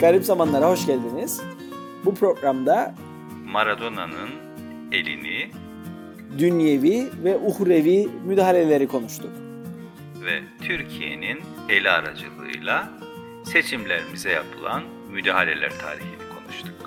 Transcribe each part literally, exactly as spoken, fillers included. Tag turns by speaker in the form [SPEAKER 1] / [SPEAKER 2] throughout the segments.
[SPEAKER 1] Garip Zamanlara hoş geldiniz. Bu programda
[SPEAKER 2] Maradona'nın elini,
[SPEAKER 1] dünyevi ve uhrevi müdahaleleri konuştuk.
[SPEAKER 2] Ve Türkiye'nin eli aracılığıyla seçimlerimize yapılan müdahaleler tarihini konuştuk.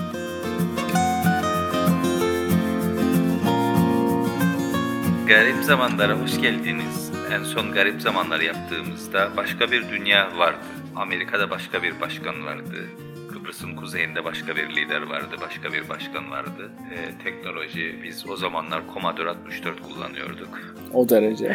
[SPEAKER 2] Garip Zamanlara hoş geldiniz. En son Garip Zamanlar yaptığımızda başka bir dünya vardı. Amerika'da başka bir başkan vardı. Kıbrıs'ın kuzeyinde başka bir lider vardı, başka bir başkan vardı. Ee, teknoloji, biz o zamanlar Commodore altmış dört kullanıyorduk.
[SPEAKER 1] O derece.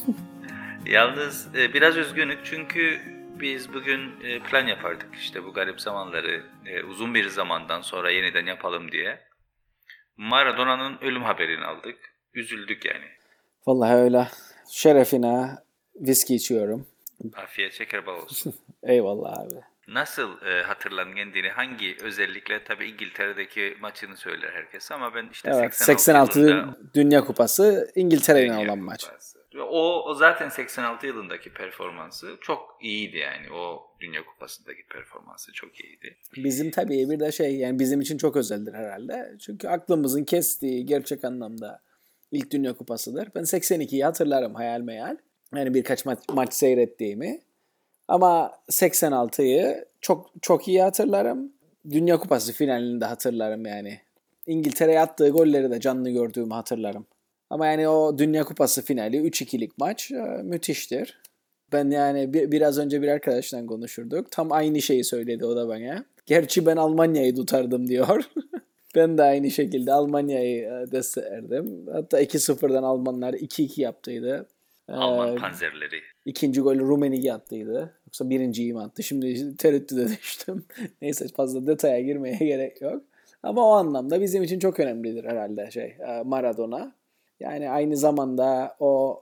[SPEAKER 2] Yalnız e, biraz üzgünük çünkü biz bugün e, plan yapardık işte bu garip zamanları e, uzun bir zamandan sonra yeniden yapalım diye. Maradona'nın ölüm haberini aldık. Üzüldük yani.
[SPEAKER 1] Vallahi öyle. Şerefine viski içiyorum.
[SPEAKER 2] Afiyet şeker bal olsun.
[SPEAKER 1] Eyvallah abi.
[SPEAKER 2] Nasıl e, hatırlan kendini? Hangi özellikle tabii İngiltere'deki maçını söyler herkes ama ben işte
[SPEAKER 1] Evet,
[SPEAKER 2] seksen altı,
[SPEAKER 1] seksen altı
[SPEAKER 2] yılında
[SPEAKER 1] Dünya Kupası İngiltere'yle
[SPEAKER 2] Dünya
[SPEAKER 1] olan maç.
[SPEAKER 2] Kupası. O, o zaten seksen altı yılındaki performansı çok iyiydi yani. O Dünya Kupası'ndaki performansı çok iyiydi.
[SPEAKER 1] Bizim tabii bir de şey yani bizim için çok özeldir herhalde. Çünkü aklımızın kestiği gerçek anlamda ilk Dünya Kupası'dır. Ben seksen ikiyi hatırlarım hayal meyal. Yani birkaç maç, maç seyrettiğimi. Ama seksen altıyı çok çok iyi hatırlarım. Dünya Kupası finalini de hatırlarım yani. İngiltere'ye attığı golleri de canlı gördüğümü hatırlarım. Ama yani o Dünya Kupası finali üç ikilik maç e, müthiştir. Ben yani bir, biraz önce bir arkadaşla konuşurduk. Tam aynı şeyi söyledi o da bana. Gerçi ben Almanya'yı tutardım diyor. Ben de aynı şekilde Almanya'yı e, desteklerdim. Hatta iki sıfırdan Almanlar iki iki yaptıydı.
[SPEAKER 2] Alman
[SPEAKER 1] Ee,
[SPEAKER 2] panzerleri.
[SPEAKER 1] İkinci golü Rummenigge attıydı. Yoksa birinciyi mi attı? Şimdi tereddüde düştüm. Neyse fazla detaya girmeye gerek yok. Ama o anlamda bizim için çok önemlidir herhalde şey Maradona. Yani aynı zamanda o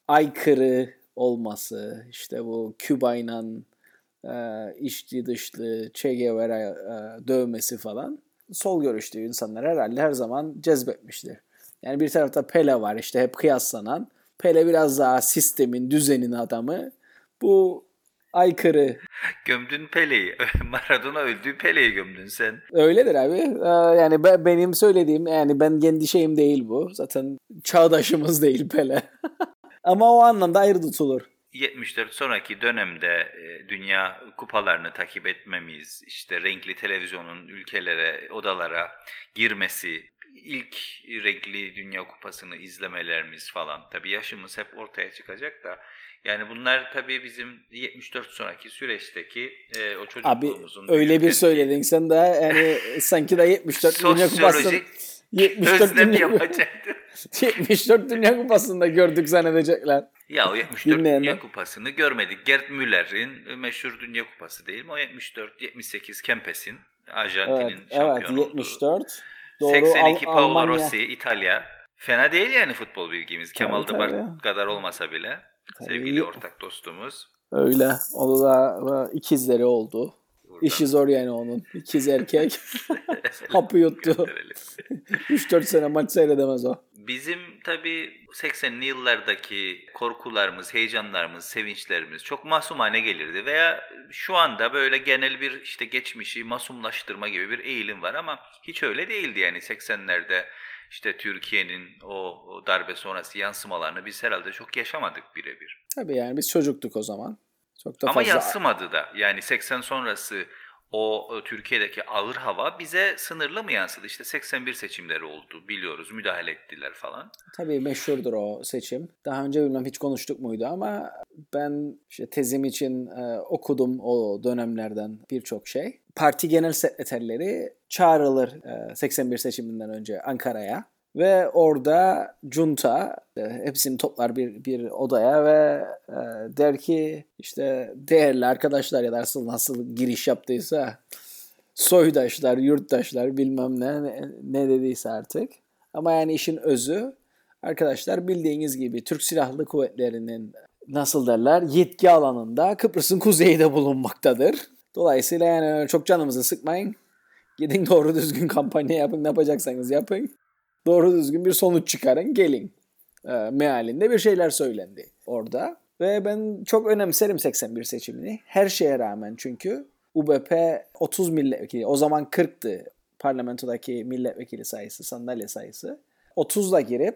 [SPEAKER 1] aykırı olması, işte bu Küba'yla e, içli dışlı Che Guevara e, dövmesi falan sol görüşlü insanlar herhalde her zaman cezbetmiştir. Yani bir tarafta Pele var işte hep kıyaslanan. Pele biraz daha sistemin, düzenin adamı. Bu aykırı.
[SPEAKER 2] Gömdün Pele'yi. Maradona öldü, Pele'yi gömdün sen.
[SPEAKER 1] Öyledir abi. Ee, yani be, benim söylediğim yani ben kendi şeyim değil bu. Zaten çağdaşımız değil Pele. Ama o anlamda ayrı tutulur.
[SPEAKER 2] yetmiş dört sonraki dönemde e, dünya kupalarını takip etmemiz, işte renkli televizyonun ülkelere, odalara girmesi, ilk renkli Dünya Kupası'nı izlemelerimiz falan. Tabii yaşımız hep ortaya çıkacak da. Yani bunlar tabii bizim yetmiş dört sonraki süreçteki e, o çocukluğumuzun...
[SPEAKER 1] Abi öyle bir söyledin sen de yani sanki de yetmiş dört Dünya Kupası... yetmiş dört Dünya
[SPEAKER 2] yapacaktı.
[SPEAKER 1] yetmiş dört Dünya Kupası'nda gördük zannedecekler.
[SPEAKER 2] Ya o yetmiş dört Dünya Kupası'nı görmedik. Gerd Müller'in meşhur Dünya Kupası değil mi? O yetmiş dört yetmiş sekiz Kempes'in Arjantin'in
[SPEAKER 1] evet,
[SPEAKER 2] şampiyon
[SPEAKER 1] evet, yetmiş dört.
[SPEAKER 2] olduğu.
[SPEAKER 1] Doğru,
[SPEAKER 2] seksen iki
[SPEAKER 1] Al-
[SPEAKER 2] Paolo
[SPEAKER 1] Almanya.
[SPEAKER 2] Rossi İtalya. Fena değil yani futbol bilgimiz.
[SPEAKER 1] Tabii,
[SPEAKER 2] Kemal
[SPEAKER 1] tabii.
[SPEAKER 2] Dıbar kadar olmasa bile.
[SPEAKER 1] Tabii.
[SPEAKER 2] Sevgili ortak dostumuz.
[SPEAKER 1] Öyle. O da ikizleri oldu. Buradan. İşi zor yani onun. İkiz erkek. Hapı yuttu. üç dört sene maç seyredemez o.
[SPEAKER 2] Bizim tabii seksenli yıllardaki korkularımız, heyecanlarımız, sevinçlerimiz çok masumane gelirdi veya şu anda böyle genel bir işte geçmişi masumlaştırma gibi bir eğilim var ama hiç öyle değildi yani seksenlerde işte Türkiye'nin o, o darbe sonrası yansımalarını biz herhalde çok yaşamadık birebir.
[SPEAKER 1] Tabii yani biz çocuktuk o zaman. Çok da
[SPEAKER 2] ama
[SPEAKER 1] fazla...
[SPEAKER 2] yansımadı da yani seksen sonrası o Türkiye'deki ağır hava bize sınırlı mı yansıdı? İşte seksen bir seçimleri oldu biliyoruz, müdahale ettiler falan.
[SPEAKER 1] Tabii meşhurdur o seçim. Daha önce bilmem hiç konuştuk muydu ama ben işte tezim için e, okudum o dönemlerden birçok şey. Parti genel sekreterleri çağrılır e, seksen bir seçiminden önce Ankara'ya. Ve orada junta e, hepsini toplar bir bir odaya ve e, der ki işte değerli arkadaşlar ya da nasıl, nasıl giriş yaptıysa soydaşlar, yurttaşlar bilmem ne, ne ne dediyse artık. Ama yani işin özü arkadaşlar bildiğiniz gibi Türk Silahlı Kuvvetleri'nin nasıl derler yetki alanında Kıbrıs'ın kuzeyinde bulunmaktadır. Dolayısıyla yani çok canımızı sıkmayın. Gidin doğru düzgün kampanya yapın, ne yapacaksanız yapın. Doğru düzgün bir sonuç çıkarın, gelin. E, mealinde bir şeyler söylendi orada. Ve ben çok önemserim seksen bir seçimini. Her şeye rağmen çünkü U B P otuz milletvekili. O zaman kırktı parlamentodaki milletvekili sayısı, sandalye sayısı. otuzla girip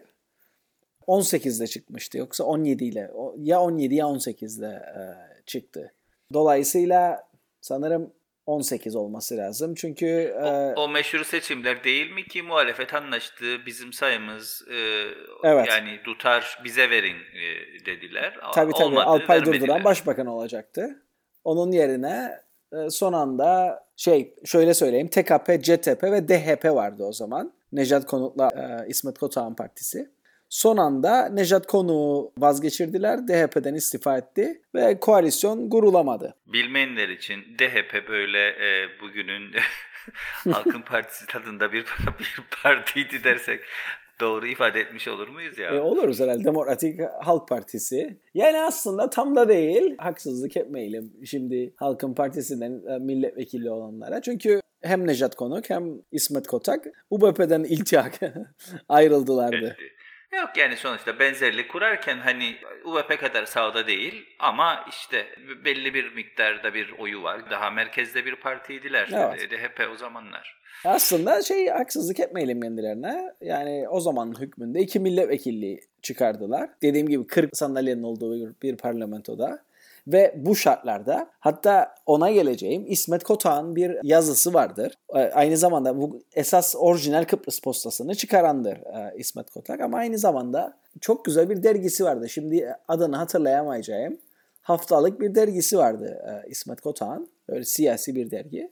[SPEAKER 1] on sekizde çıkmıştı. Yoksa on yedi ile ya on yedi ya on sekizde e, çıktı. Dolayısıyla sanırım on sekiz olması lazım. Çünkü
[SPEAKER 2] e, o, o meşhur seçimler değil mi ki muhalefet anlaştı, bizim sayımız e,
[SPEAKER 1] evet.
[SPEAKER 2] yani tutar, bize verin e, dediler.
[SPEAKER 1] Tabii tabii. Olmadı, Alpay Durduran başbakan olacaktı. Onun yerine e, son anda şey şöyle söyleyeyim, T K P, C T P ve D H P vardı o zaman. Nejat Konut'la e, İsmet Kotak'ın partisi. Son anda Nejat Konuk'u vazgeçirdiler. D H P'den istifa etti ve koalisyon kurulamadı.
[SPEAKER 2] Bilmeyenler için D H P böyle e, bugünün Halkın Partisi tadında bir, bir partiydi dersek doğru ifade etmiş olur muyuz ya?
[SPEAKER 1] E, oluruz herhalde. Demokratik Halk Partisi. Yani aslında tam da değil. Haksızlık etmeyelim şimdi Halkın Partisi'nden milletvekili olanlara. Çünkü hem Nejat Konuk hem İsmet Kotak U B P'den iltihak ayrıldılardı.
[SPEAKER 2] Evet. Yok yani sonuçta benzerlik kurarken hani U B P kadar sağda değil ama işte belli bir miktarda bir oyu var. Daha merkezde bir partiydiler. Evet. D H P o zamanlar.
[SPEAKER 1] Aslında şey haksızlık etmeyelim kendilerine. Yani o zamanın hükmünde iki milletvekilliği çıkardılar. Dediğim gibi kırk sandalyenin olduğu bir, bir parlamentoda. Ve bu şartlarda hatta ona geleceğim İsmet Kotak'ın bir yazısı vardır. Aynı zamanda bu esas orijinal Kıbrıs postasını çıkarandır İsmet Kotak. Ama aynı zamanda çok güzel bir dergisi vardı. Şimdi adını hatırlayamayacağım. Haftalık bir dergisi vardı İsmet Kotak'ın. Böyle siyasi bir dergi.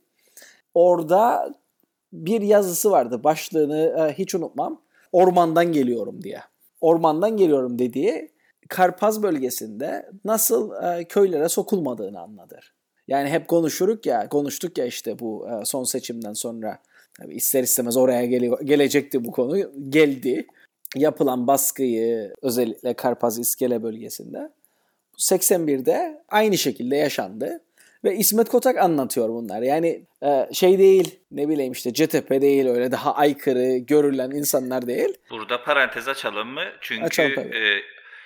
[SPEAKER 1] Orada bir yazısı vardı. Başlığını hiç unutmam. Ormandan geliyorum diye. Ormandan geliyorum dediği Karpaz bölgesinde nasıl e, köylere sokulmadığını anlatır. Yani hep konuşuruk ya, konuştuk ya işte bu e, son seçimden sonra. Tabii ister istemez oraya geliyor, gelecekti bu konu. Geldi. Yapılan baskıyı özellikle Karpaz İskele bölgesinde. seksen birde aynı şekilde yaşandı. Ve İsmet Kotak anlatıyor bunlar. Yani e, şey değil, ne bileyim işte C T P değil, öyle daha aykırı görülen insanlar değil.
[SPEAKER 2] Burada parantez açalım mı? Çünkü açalım, e,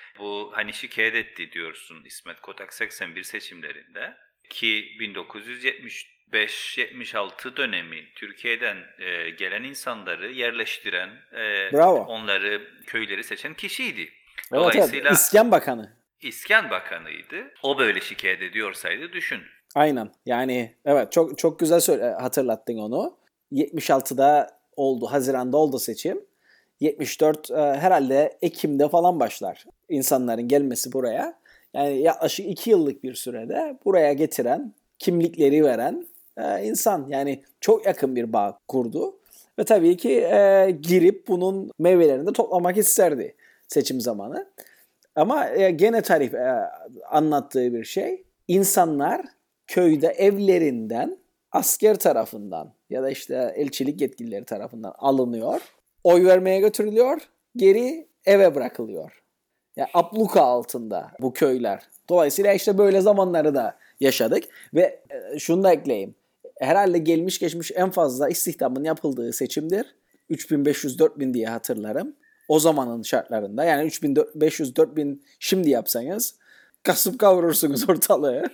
[SPEAKER 2] bu hani şikayet etti diyorsun İsmet Kotak seksen bir seçimlerinde ki bin dokuz yüz yetmiş beş yetmiş altı dönemi Türkiye'den e, gelen insanları yerleştiren, e, onları köyleri seçen kişiydi.
[SPEAKER 1] Dolayısıyla evet, evet. İskan Bakanı.
[SPEAKER 2] İskan Bakanı'ydı. O böyle şikayet ediyorsaydı düşün.
[SPEAKER 1] Aynen. Yani evet çok çok güzel söyle, hatırlattın onu. yetmiş altıda oldu, Haziran'da oldu seçim. yetmiş dört e, herhalde Ekim'de falan başlar insanların gelmesi buraya. Yani yaklaşık iki yıllık bir sürede buraya getiren, kimlikleri veren e, insan. Yani çok yakın bir bağ kurdu. Ve tabii ki e, girip bunun meyvelerini de toplamak isterdi seçim zamanı. Ama e, gene tarif e, anlattığı bir şey. İnsanlar köyde evlerinden asker tarafından ya da işte elçilik yetkilileri tarafından alınıyor. Oy vermeye götürülüyor, geri eve bırakılıyor. Yani abluka altında bu köyler. Dolayısıyla işte böyle zamanları da yaşadık. Ve şunu da ekleyeyim. Herhalde gelmiş geçmiş en fazla istihdamın yapıldığı seçimdir. üç bin beş yüz dört bin diye hatırlarım. O zamanın şartlarında. Yani üç bin beş yüz dört bin şimdi yapsanız kasıp kavurursunuz ortalığı.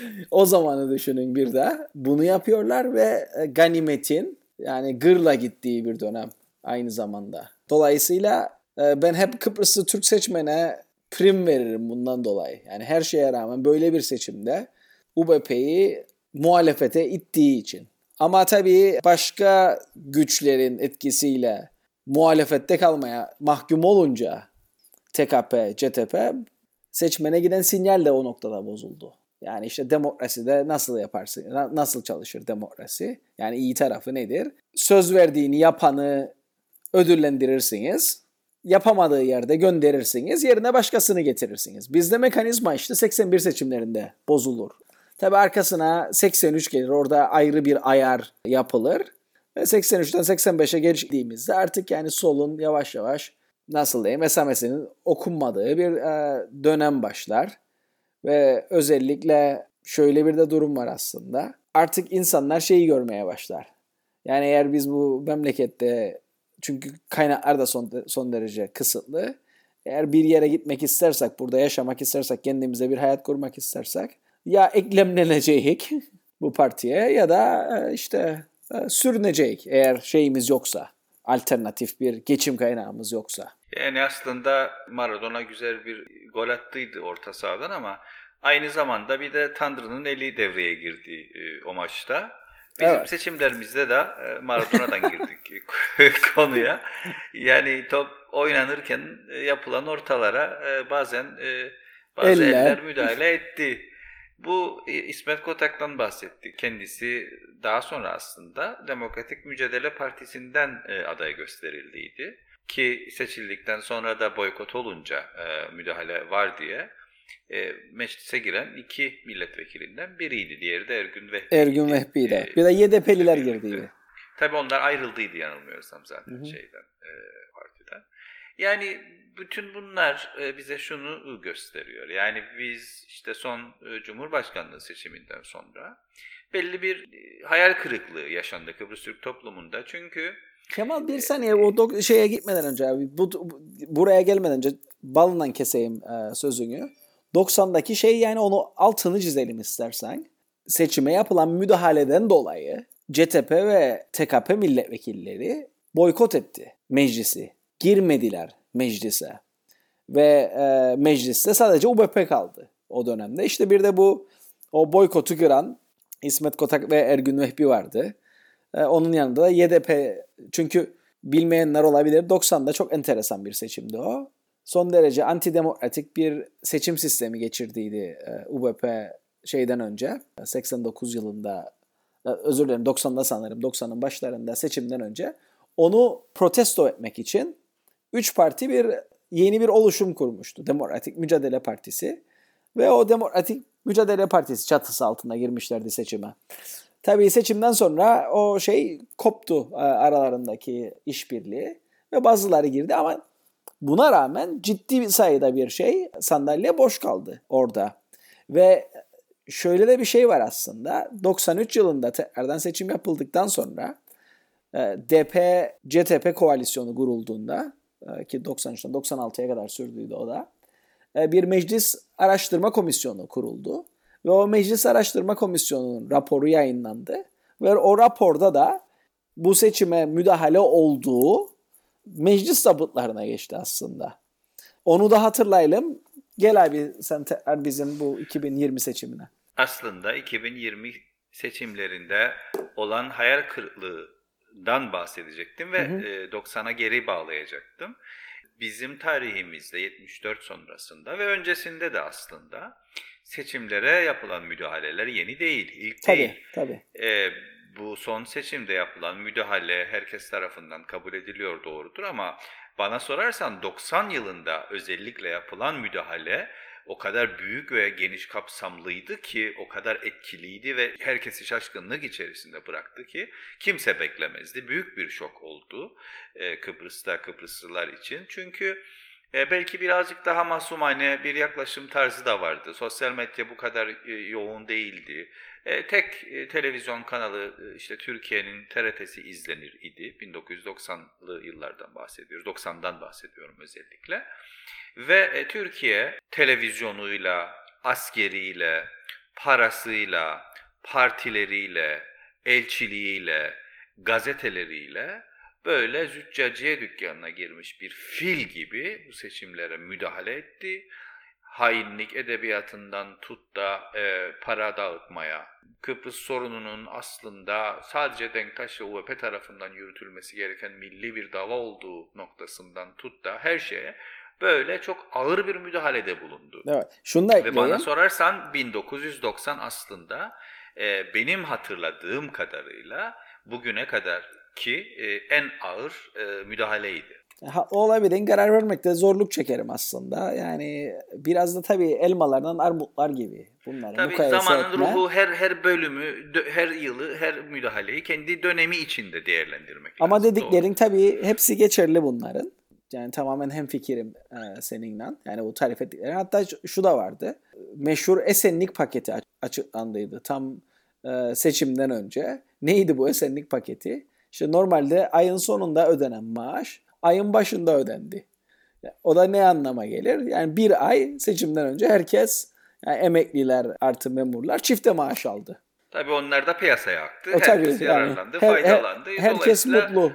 [SPEAKER 1] O zamanı düşünün bir de. Bunu yapıyorlar ve ganimetin yani gırla gittiği bir dönem. Aynı zamanda. Dolayısıyla e, ben hep Kıbrıslı Türk seçmene prim veririm bundan dolayı. Yani her şeye rağmen böyle bir seçimde U B P'yi muhalefete ittiği için. Ama tabii başka güçlerin etkisiyle muhalefette kalmaya mahkum olunca T K P, C T P seçmene giden sinyal de o noktada bozuldu. Yani işte demokraside nasıl yaparsın, nasıl çalışır demokrasi? Yani iyi tarafı nedir? Söz verdiğini yapanı ödüllendirirsiniz. Yapamadığı yerde gönderirsiniz. Yerine başkasını getirirsiniz. Bizde mekanizma işte seksen bir seçimlerinde bozulur. Tabi arkasına seksen üç gelir. Orada ayrı bir ayar yapılır. Ve seksen üçten seksen beşe geçtiğimizde artık yani solun yavaş yavaş nasıl diyeyim S M S'nin okunmadığı bir dönem başlar. Ve özellikle şöyle bir de durum var aslında. Artık insanlar şeyi görmeye başlar. Yani eğer biz bu memlekette, çünkü kaynaklar da son, son derece kısıtlı. Eğer bir yere gitmek istersek, burada yaşamak istersek, kendimize bir hayat kurmak istersek ya eklemleneceğiz bu partiye ya da e, işte e, sürünecek eğer şeyimiz yoksa, alternatif bir geçim kaynağımız yoksa.
[SPEAKER 2] Yani aslında Maradona güzel bir gol attıydı orta sahadan ama aynı zamanda bir de Tanrı'nın eli devreye girdi e, o maçta. Bizim
[SPEAKER 1] Evet.
[SPEAKER 2] seçimlerimizde de e, Maradona'dan girdik konuya. Yani top oynanırken e, yapılan ortalara e, bazen e, bazı
[SPEAKER 1] Eller.
[SPEAKER 2] eller müdahale etti. Bu e, İsmet Kotak'tan bahsetti. Kendisi daha sonra aslında Demokratik Mücadele Partisi'nden e, aday gösterildiydi. Ki seçildikten sonra da boykot olunca e, müdahale var diye e, meclise giren iki milletvekilinden biriydi. Diğeri de Ergün Vehbi'ydi.
[SPEAKER 1] Ergün Vehbi'ydi.
[SPEAKER 2] E,
[SPEAKER 1] bir de Y D P'liler girdiydi.
[SPEAKER 2] Tabii onlar ayrıldıydı yanılmıyorsam zaten hı hı. şeyden e, partiden. Yani bütün bunlar e, bize şunu gösteriyor. Yani biz işte son e, Cumhurbaşkanlığı seçiminden sonra belli bir e, hayal kırıklığı yaşandı Kıbrıs Türk toplumunda. Çünkü
[SPEAKER 1] Kemal bir saniye o dok- şeye gitmeden önce abi bu, bu buraya gelmeden önce balından keseyim e, sözünü. doksandaki şey yani onu altını çizelim istersen. Seçime yapılan müdahaleden dolayı C T P ve T K P milletvekilleri boykot etti meclisi. Girmediler meclise. Ve e, mecliste sadece U B P kaldı o dönemde. İşte bir de bu o boykotu kıran İsmet Kotak ve Ergün Vehbi vardı. E, onun yanında da Y D P, çünkü bilmeyenler olabilir, doksanda çok enteresan bir seçimdi o. Son derece antidemokratik bir seçim sistemi geçirdiydi e, U B P şeyden önce. seksen dokuz yılında, e, özür dilerim doksanda sanırım, doksanın başlarında seçimden önce. Onu protesto etmek için üç parti bir yeni bir oluşum kurmuştu. Demokratik Mücadele Partisi. Ve o Demokratik Mücadele Partisi çatısı altında girmişlerdi seçime. Tabii seçimden sonra o şey koptu aralarındaki işbirliği ve bazıları girdi ama buna rağmen ciddi bir sayıda bir şey sandalye boş kaldı orada. Ve şöyle de bir şey var aslında. doksan üç yılında tekrardan seçim yapıldıktan sonra D P C T P koalisyonu kurulduğunda ki doksan üçten doksan altıya kadar sürdüydü o da, bir meclis araştırma komisyonu kuruldu. Ve o Meclis Araştırma Komisyonu'nun raporu yayınlandı. Ve o raporda da bu seçime müdahale olduğu meclis zabıtlarına geçti aslında. Onu da hatırlayalım. Gel abi sen tekrar bizim bu iki bin yirmi seçimine.
[SPEAKER 2] Aslında iki bin yirmi seçimlerinde olan hayal kırıklığından bahsedecektim ve hı hı. doksana geri bağlayacaktım. Bizim tarihimizde yetmiş dört sonrasında ve öncesinde de aslında seçimlere yapılan müdahaleler yeni değil, ilk
[SPEAKER 1] tabii,
[SPEAKER 2] değil.
[SPEAKER 1] Tabii.
[SPEAKER 2] Ee, bu son seçimde yapılan müdahale herkes tarafından kabul ediliyor, doğrudur ama bana sorarsan doksan yılında özellikle yapılan müdahale o kadar büyük ve geniş kapsamlıydı ki, o kadar etkiliydi ve herkesi şaşkınlık içerisinde bıraktı ki kimse beklemezdi. Büyük bir şok oldu ee, Kıbrıs'ta Kıbrıslılar için. Çünkü E, belki birazcık daha masumane bir yaklaşım tarzı da vardı. Sosyal medya bu kadar e, yoğun değildi. E, tek e, televizyon kanalı e, işte Türkiye'nin T R T'si izlenir idi. bin dokuz yüz doksanlı yıllardan bahsediyoruz. doksandan bahsediyorum özellikle. Ve e, Türkiye televizyonuyla, askeriyle, parasıyla, partileriyle, elçiliğiyle, gazeteleriyle böyle züccaciye dükkanına girmiş bir fil gibi bu seçimlere müdahale etti. Hainlik edebiyatından tut da e, para dağıtmaya, Kıbrıs sorununun aslında sadece Denktaş ve U B P tarafından yürütülmesi gereken milli bir dava olduğu noktasından tut da her şeye böyle çok ağır bir müdahalede bulundu.
[SPEAKER 1] Evet. Şunu da ekleyeyim.
[SPEAKER 2] Ve bana sorarsan bin dokuz yüz doksan aslında e, benim hatırladığım kadarıyla bugüne kadar ki e, en ağır e, müdahaleydi.
[SPEAKER 1] Ha, olabilir. Karar vermekte zorluk çekerim aslında. Yani biraz da tabii elmalardan armutlar gibi. Bunları
[SPEAKER 2] tabii zamanın etme. Ruhu her her bölümü, her yılı, her müdahaleyi kendi dönemi içinde değerlendirmek
[SPEAKER 1] Ama
[SPEAKER 2] lazım.
[SPEAKER 1] Ama dediklerin doğru. Tabii hepsi geçerli bunların. Yani tamamen hemfikirim e, seninle. Yani bu tarif ettikleri. Hatta şu da vardı. Meşhur Esenlik paketi açıklandıydı tam e, seçimden önce. Neydi bu Esenlik paketi? İşte normalde ayın sonunda ödenen maaş ayın başında ödendi. O da ne anlama gelir? Yani bir ay seçimden önce herkes, yani emekliler artı memurlar çifte maaş aldı.
[SPEAKER 2] Tabii onlar da piyasaya aktı.
[SPEAKER 1] E, tabii,
[SPEAKER 2] Herkes
[SPEAKER 1] yani
[SPEAKER 2] yararlandı,
[SPEAKER 1] her, her,
[SPEAKER 2] faydalandı.
[SPEAKER 1] herkes
[SPEAKER 2] Dolayısıyla
[SPEAKER 1] mutlu.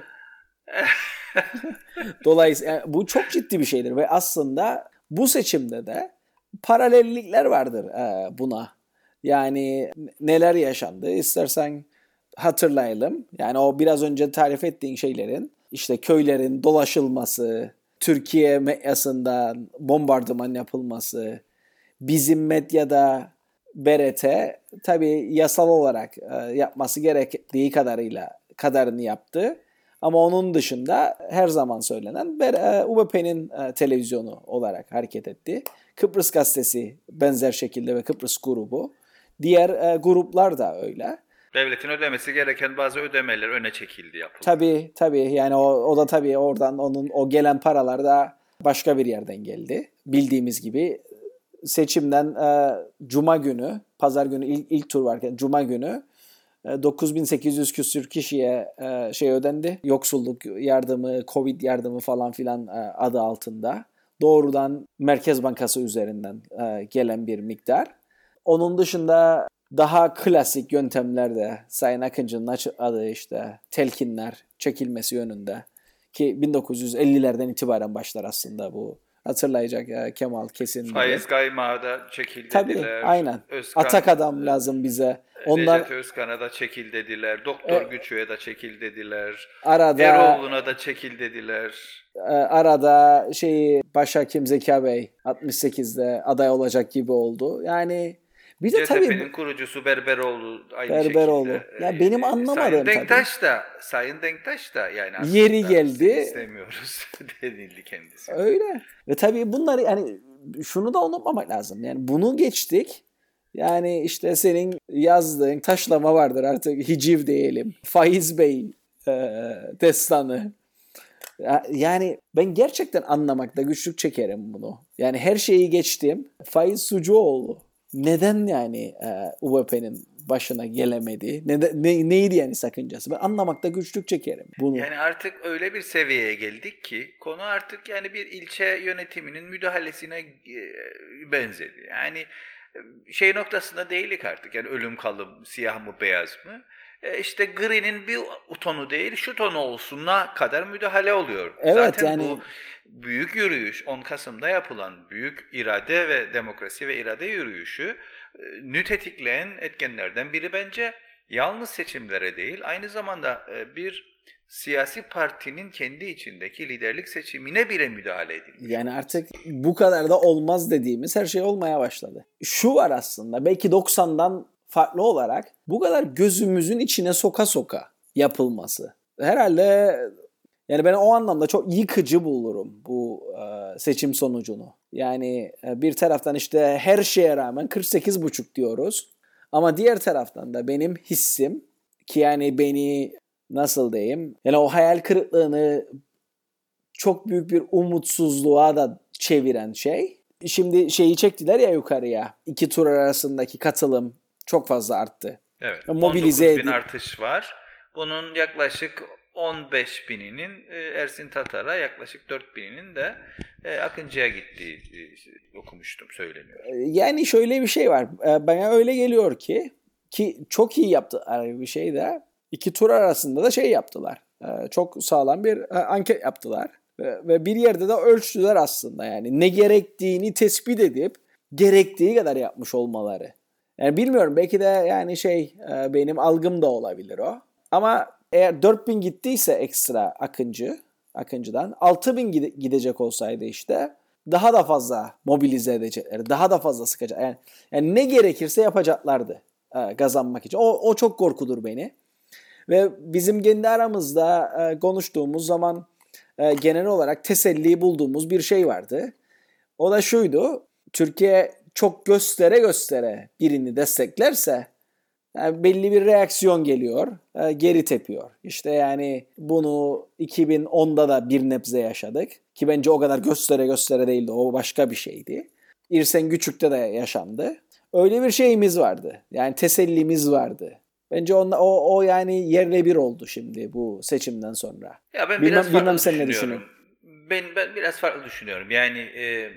[SPEAKER 1] Dolayısıyla yani bu çok ciddi bir şeydir ve aslında bu seçimde de paralellikler vardır e, buna. Yani neler yaşandı istersen hatırlayalım. Yani o biraz önce tarif ettiğin şeylerin işte köylerin dolaşılması, Türkiye medyasından bombardıman yapılması, bizim medyada B R T tabii yasal olarak e, yapması gerektiği kadarıyla kadarını yaptı. Ama onun dışında her zaman söylenen U B P'nin televizyonu olarak hareket etti. Kıbrıs Gazetesi benzer şekilde ve Kıbrıs grubu. Diğer e, gruplar da öyle.
[SPEAKER 2] Devletin ödemesi gereken bazı ödemeler öne çekildi, yapıldı.
[SPEAKER 1] Tabii tabii yani o, o da tabii oradan onun o gelen paralar da başka bir yerden geldi. Bildiğimiz gibi seçimden e, Cuma günü, Pazar günü ilk, ilk tur varken Cuma günü dokuz bin sekiz yüz küsür kişiye e, şey ödendi. Yoksulluk yardımı, Covid yardımı falan filan e, adı altında. Doğrudan Merkez Bankası üzerinden e, gelen bir miktar. Onun dışında daha klasik yöntemlerde Sayın Akıncı'nın açıkladığı işte telkinler çekilmesi yönünde ki bin dokuz yüz ellilerden itibaren başlar aslında bu. Hatırlayacak Kemal kesin.
[SPEAKER 2] Faiz kaymağı da çekil
[SPEAKER 1] Tabii,
[SPEAKER 2] dediler.
[SPEAKER 1] aynen.
[SPEAKER 2] Özkan,
[SPEAKER 1] Atak adam lazım bize.
[SPEAKER 2] Ondan, Necdet Özkan'a da çekil dediler. Doktor e, Güçlü'ye de çekil dediler. Arada, Eroğlu'na da çekil dediler.
[SPEAKER 1] Arada şeyi Başhakim Zeka Bey altmış sekizde aday olacak gibi oldu. Yani bir de
[SPEAKER 2] C H P'nin
[SPEAKER 1] tabii
[SPEAKER 2] Kurcusu Berberoğlu aynı
[SPEAKER 1] Berberoğlu.
[SPEAKER 2] şekilde.
[SPEAKER 1] Ya benim anlamadığım
[SPEAKER 2] Sayın Denktaş tabii. da Sayın Denktaş da yani
[SPEAKER 1] yeri geldi.
[SPEAKER 2] İstemiyoruz denildi kendisi.
[SPEAKER 1] Öyle. Ve tabii bunları yani şunu da unutmamak lazım. Yani bunu geçtik. Yani işte senin yazdığın taşlama vardır artık hiciv diyelim. Faiz Bey e, destanı. Yani ben gerçekten anlamakta güçlük çekerim bunu. Yani her şeyi geçtim. Faiz Sucuoğlu. Neden yani e, U B P'nin başına gelemedi? Ne, ne, neydi yani sakıncası? Ben anlamakta güçlük çekerim bunu.
[SPEAKER 2] Yani artık öyle bir seviyeye geldik ki konu artık yani bir ilçe yönetiminin müdahalesine benzedi. Yani şey noktasında değilik artık. Yani ölüm kalım, siyah mı beyaz mı? E işte gri'nin bir tonu değil şu tonu olsununa kadar müdahale oluyor.
[SPEAKER 1] Evet,
[SPEAKER 2] zaten
[SPEAKER 1] yani
[SPEAKER 2] bu büyük yürüyüş on Kasım'da yapılan büyük irade ve demokrasi ve irade yürüyüşü nü tetikleyen etkenlerden biri bence yalnız seçimlere değil aynı zamanda bir siyasi partinin kendi içindeki liderlik seçimine bile müdahale edilmiş.
[SPEAKER 1] Yani artık bu kadar da olmaz dediğimiz her şey olmaya başladı. Şu var aslında belki doksandan farklı olarak bu kadar gözümüzün içine soka soka yapılması. Herhalde yani ben o anlamda çok yıkıcı bulurum bu e, seçim sonucunu. Yani e, bir taraftan işte her şeye rağmen kırk sekiz buçuk diyoruz. Ama diğer taraftan da benim hissim ki yani beni nasıl diyeyim yani o hayal kırıklığını çok büyük bir umutsuzluğa da çeviren şey. Şimdi şeyi çektiler ya yukarıya. İki tur arasındaki katılım çok fazla arttı.
[SPEAKER 2] Evet. Mobilize on dokuz bin edip... artış var. Bunun yaklaşık on beş bininin Ersin Tatar'a, yaklaşık dört bininin de Akıncı'ya gittiği okumuştum, söyleniyor.
[SPEAKER 1] Yani şöyle bir şey var. Bana öyle geliyor ki ki çok iyi yaptılar bir şey de. İki tur arasında da şey yaptılar. Çok sağlam bir anket yaptılar. Ve bir yerde de ölçtüler aslında yani. Ne gerektiğini tespit edip gerektiği kadar yapmış olmaları. Yani bilmiyorum belki de yani şey benim algım da olabilir o. Ama eğer dört bin gittiyse ekstra Akıncı, Akıncı'dan altı bin gidecek olsaydı işte daha da fazla mobilize edecekler. Daha da fazla sıkacak. Yani, yani ne gerekirse yapacaklardı kazanmak için. O, o çok korkudur beni. Ve bizim kendi aramızda konuştuğumuz zaman genel olarak teselli bulduğumuz bir şey vardı. O da şuydu. Türkiye çok göstere göstere birini desteklerse yani belli bir reaksiyon geliyor, geri tepiyor. İşte yani bunu iki bin onda da bir nebze yaşadık. Ki bence o kadar göstere göstere değildi, o başka bir şeydi. İrsen Küçük'te de yaşandı. Öyle bir şeyimiz vardı. Yani tesellimiz vardı. Bence onla, o, o yani yerle bir oldu şimdi bu seçimden sonra.
[SPEAKER 2] Ya ben
[SPEAKER 1] bilmem,
[SPEAKER 2] biraz farklı
[SPEAKER 1] bilmem sen ne
[SPEAKER 2] düşünüyorum.
[SPEAKER 1] düşünüyorsun?
[SPEAKER 2] Ben, ben biraz farklı düşünüyorum. Yani e,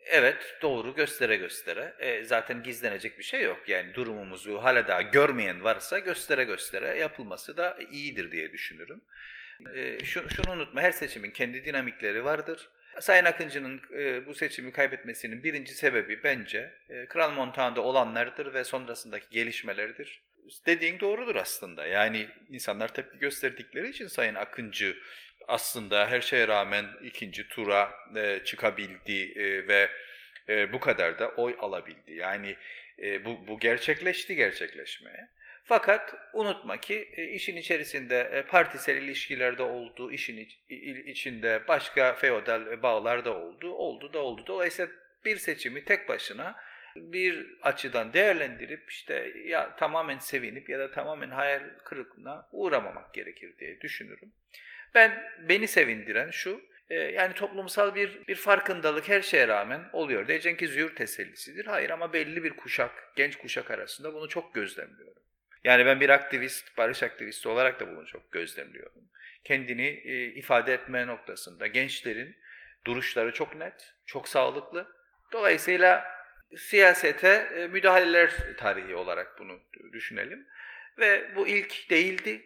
[SPEAKER 2] Evet, doğru, göstere göstere. E, zaten gizlenecek bir şey yok. Yani durumumuzu hala daha görmeyen varsa göstere göstere yapılması da iyidir diye düşünürüm. E, şu, şunu unutma, her seçimin kendi dinamikleri vardır. Sayın Akıncı'nın e, bu seçimi kaybetmesinin birinci sebebi bence e, Kral Montağı'nda olanlardır ve sonrasındaki gelişmelerdir. Dediğin doğrudur aslında. Yani insanlar tepki gösterdikleri için Sayın Akıncı aslında her şeye rağmen ikinci tura e, çıkabildi e, ve e, bu kadar da oy alabildi. Yani e, bu, bu gerçekleşti gerçekleşmeye. Fakat unutma ki e, işin içerisinde e, partisel ilişkilerde oldu, işin iç, içinde başka feodal bağlar da oldu, oldu da oldu. Dolayısıyla bir seçimi tek başına bir açıdan değerlendirip işte ya tamamen sevinip ya da tamamen hayal kırıklığına uğramamak gerekir diye düşünürüm. Ben beni sevindiren şu, e, yani toplumsal bir bir farkındalık her şeye rağmen oluyor. Diyeceksin ki züğürt tesellisidir. Hayır, ama belli bir kuşak, genç kuşak arasında bunu çok gözlemliyorum. Yani ben bir aktivist, barış aktivisti olarak da bunu çok gözlemliyorum. Kendini e, ifade etme noktasında gençlerin duruşları çok net, çok sağlıklı. Dolayısıyla siyasete e, müdahaleler tarihi olarak bunu düşünelim. Ve bu ilk değildi.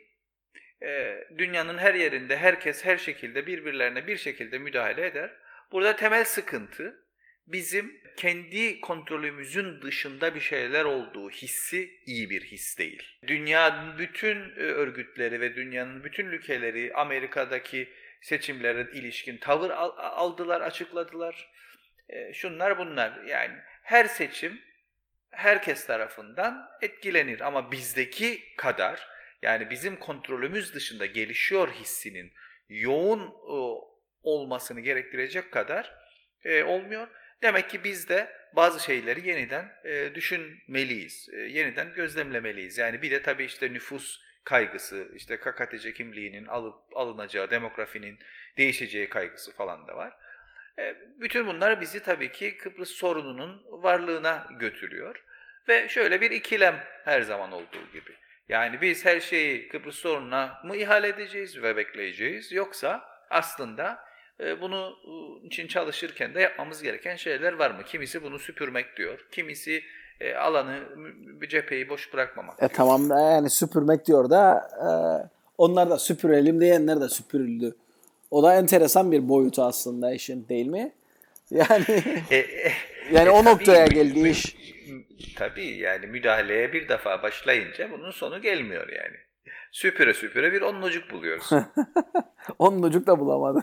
[SPEAKER 2] E, dünyanın her yerinde herkes her şekilde birbirlerine bir şekilde müdahale eder. Burada temel sıkıntı bizim kendi kontrolümüzün dışında bir şeyler olduğu hissi iyi bir his değil. Dünyanın bütün örgütleri ve dünyanın bütün ülkeleri Amerika'daki seçimlere ilişkin tavır aldılar, açıkladılar. E, şunlar bunlar, yani her seçim herkes tarafından etkilenir ama bizdeki kadar, yani bizim kontrolümüz dışında gelişiyor hissinin yoğun e, olmasını gerektirecek kadar e, olmuyor. Demek ki biz de bazı şeyleri yeniden e, düşünmeliyiz, e, yeniden gözlemlemeliyiz. Yani bir de tabii işte nüfus kaygısı, işte K K T C kimliğinin alıp alınacağı, demografinin değişeceği kaygısı falan da var. E, bütün bunlar bizi tabii ki Kıbrıs sorununun varlığına götürüyor. Ve şöyle bir ikilem her zaman olduğu gibi. Yani biz her şeyi Kıbrıs sorununa mı ihale edeceğiz ve bekleyeceğiz, yoksa aslında e, bunu için çalışırken de yapmamız gereken şeyler var mı? Kimisi bunu süpürmek diyor, kimisi e, alanı, cepheyi boş bırakmamak
[SPEAKER 1] e,
[SPEAKER 2] diyor.
[SPEAKER 1] Tamam da yani süpürmek diyor da e, onlar da süpürelim diyenler de süpürüldü. O da enteresan bir boyutu aslında işin, değil mi? Yani
[SPEAKER 2] e, e,
[SPEAKER 1] yani
[SPEAKER 2] e,
[SPEAKER 1] o
[SPEAKER 2] tabii,
[SPEAKER 1] noktaya geldi iş.
[SPEAKER 2] Tabii yani müdahaleye bir defa başlayınca bunun sonu gelmiyor yani. Süpüre süpüre bir onlucuk buluyoruz.
[SPEAKER 1] Onlucuk da bulamadı.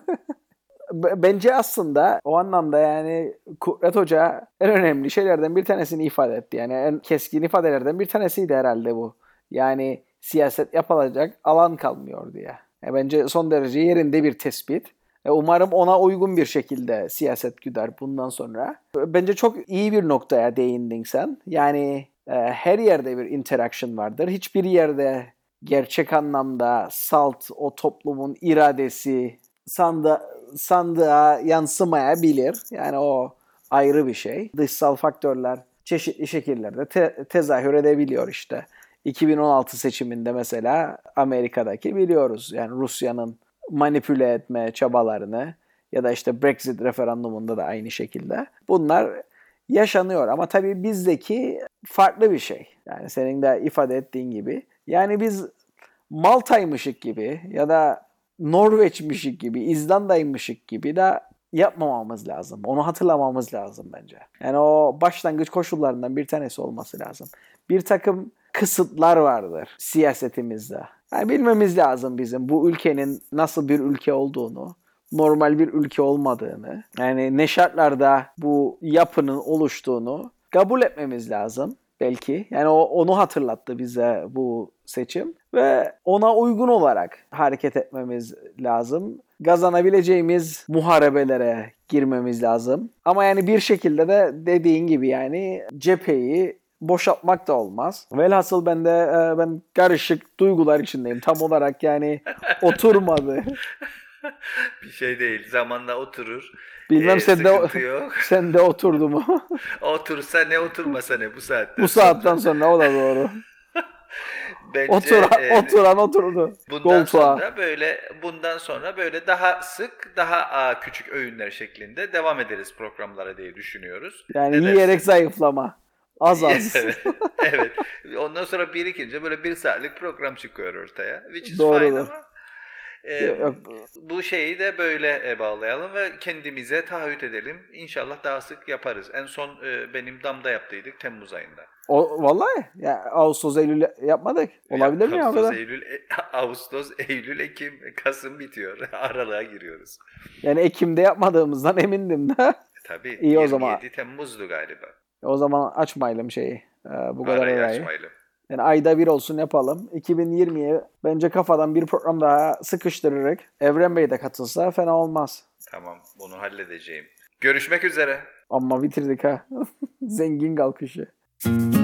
[SPEAKER 1] Bence aslında o anlamda yani Kudret Hoca en önemli şeylerden bir tanesini ifade etti. Yani en keskin ifadelerden bir tanesiydi herhalde bu. Yani siyaset yapılacak alan kalmıyor diye. Yani bence son derece yerinde bir tespit. Umarım ona uygun bir şekilde siyaset güder bundan sonra. Bence çok iyi bir noktaya değindin sen. Yani e, her yerde bir interaction vardır. Hiçbir yerde gerçek anlamda salt, o toplumun iradesi sandığa, sandığa yansımayabilir. Yani o ayrı bir şey. Dışsal faktörler çeşitli şekillerde te- tezahür edebiliyor işte. iki bin on altı seçiminde mesela Amerika'daki biliyoruz. Yani Rusya'nın manipüle etme çabalarını ya da işte Brexit referandumunda da aynı şekilde. Bunlar yaşanıyor ama tabii bizdeki farklı bir şey. Yani senin de ifade ettiğin gibi. Yani biz Malta'ymışık gibi ya da Norveç'mişik gibi, İzlanda'ymışık gibi de yapmamamız lazım. Onu hatırlamamız lazım bence. Yani o başlangıç koşullarından bir tanesi olması lazım. Bir takım kısıtlar vardır siyasetimizde. Yani bilmemiz lazım bizim bu ülkenin nasıl bir ülke olduğunu, normal bir ülke olmadığını, yani ne şartlarda bu yapının oluştuğunu kabul etmemiz lazım belki. Yani o onu hatırlattı bize bu seçim ve ona uygun olarak hareket etmemiz lazım. Kazanabileceğimiz muharebelere girmemiz lazım. Ama yani bir şekilde de dediğin gibi yani cepheyi boşaltmak da olmaz. Velhasıl ben de e, ben karışık duygular içindeyim. Tam olarak yani oturmadı.
[SPEAKER 2] Bir şey değil. Zamanla oturur.
[SPEAKER 1] Bilmem
[SPEAKER 2] Ee,
[SPEAKER 1] sen de
[SPEAKER 2] sıkıntı yok.
[SPEAKER 1] sen de oturdu mu?
[SPEAKER 2] Otursa ne, oturmasa ne bu saatten
[SPEAKER 1] Bu saatten
[SPEAKER 2] sonra.
[SPEAKER 1] sonra o da doğru.
[SPEAKER 2] Bence,
[SPEAKER 1] oturan,
[SPEAKER 2] e,
[SPEAKER 1] oturan oturdu.
[SPEAKER 2] Bundan
[SPEAKER 1] Koltuğa.
[SPEAKER 2] sonra böyle bundan sonra böyle daha sık, daha a, küçük öğünler şeklinde devam ederiz programlara diye düşünüyoruz.
[SPEAKER 1] Yani
[SPEAKER 2] Ne
[SPEAKER 1] yiyerek
[SPEAKER 2] dersin?
[SPEAKER 1] zayıflama. Az az.
[SPEAKER 2] Evet. Evet. Ondan sonra birikince böyle bir saatlik program çıkıyor ortaya. Which is
[SPEAKER 1] Doğrudur.
[SPEAKER 2] fine ama e,
[SPEAKER 1] Yok.
[SPEAKER 2] bu şeyi de böyle e, bağlayalım ve kendimize taahhüt edelim. İnşallah daha sık yaparız. En son e, benim damda yaptıydık Temmuz ayında.
[SPEAKER 1] O vallahi ya Ağustos Eylül yapmadık. Olabilir mi ya o
[SPEAKER 2] Ağustos,
[SPEAKER 1] kadar?
[SPEAKER 2] Eylül, e, Ağustos, Eylül, Ekim, Kasım bitiyor. Aralığa giriyoruz.
[SPEAKER 1] Yani Ekim'de yapmadığımızdan emindim de.
[SPEAKER 2] E, tabii
[SPEAKER 1] İyi o
[SPEAKER 2] yirmi
[SPEAKER 1] zaman.
[SPEAKER 2] yedi Temmuz'du galiba.
[SPEAKER 1] O zaman açmayalım şeyi. e, Bu kadar
[SPEAKER 2] Arayı
[SPEAKER 1] arayı.
[SPEAKER 2] açmayalım.
[SPEAKER 1] Yani ayda bir olsun yapalım. iki bin yirmiye bence kafadan bir program daha sıkıştırırız. Evren Bey de katılsa fena olmaz.
[SPEAKER 2] Tamam, bunu halledeceğim. Görüşmek üzere.
[SPEAKER 1] Ama bitirdik ha. Zengin kalkışı.